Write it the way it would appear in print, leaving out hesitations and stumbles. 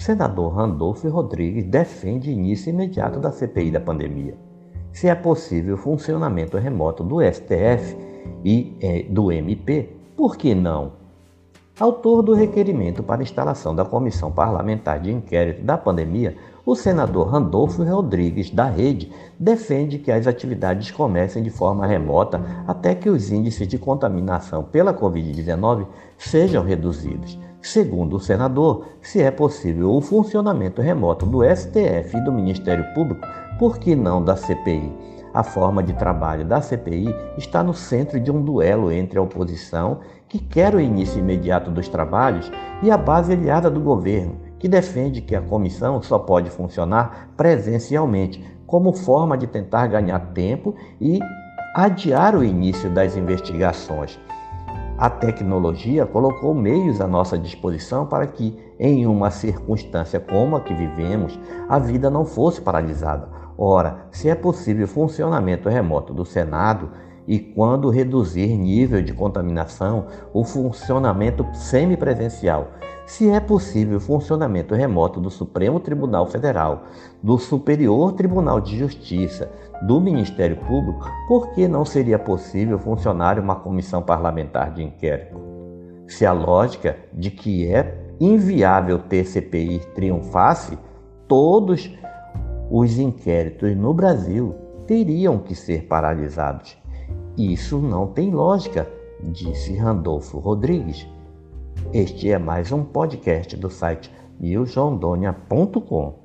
Senador Randolfo Rodrigues defende início imediato da CPI da pandemia. Se é possível o funcionamento remoto do STF e do MP, por que não? Autor do requerimento para instalação da Comissão Parlamentar de Inquérito da Pandemia, o senador Randolfo Rodrigues, da Rede, defende que as atividades comecem de forma remota até que os índices de contaminação pela Covid-19 sejam reduzidos. Segundo o senador, se é possível o funcionamento remoto do STF e do Ministério Público, por que não da CPI? A forma de trabalho da CPI está no centro de um duelo entre a oposição, que quer o início imediato dos trabalhos, e a base aliada do governo, que defende que a comissão só pode funcionar presencialmente, como forma de tentar ganhar tempo e adiar o início das investigações. A tecnologia colocou meios à nossa disposição para que, em uma circunstância como a que vivemos, a vida não fosse paralisada. Ora, se é possível o funcionamento remoto do Senado e, quando reduzir nível de contaminação, o funcionamento semipresencial, se é possível o funcionamento remoto do Supremo Tribunal Federal, do Superior Tribunal de Justiça, do Ministério Público, por que não seria possível funcionar uma comissão parlamentar de inquérito? Se a lógica de que é inviável ter CPI triunfasse, todos os inquéritos no Brasil teriam que ser paralisados. Isso não tem lógica, disse Randolfo Rodrigues. Este é mais um podcast do site newsrondônia.com.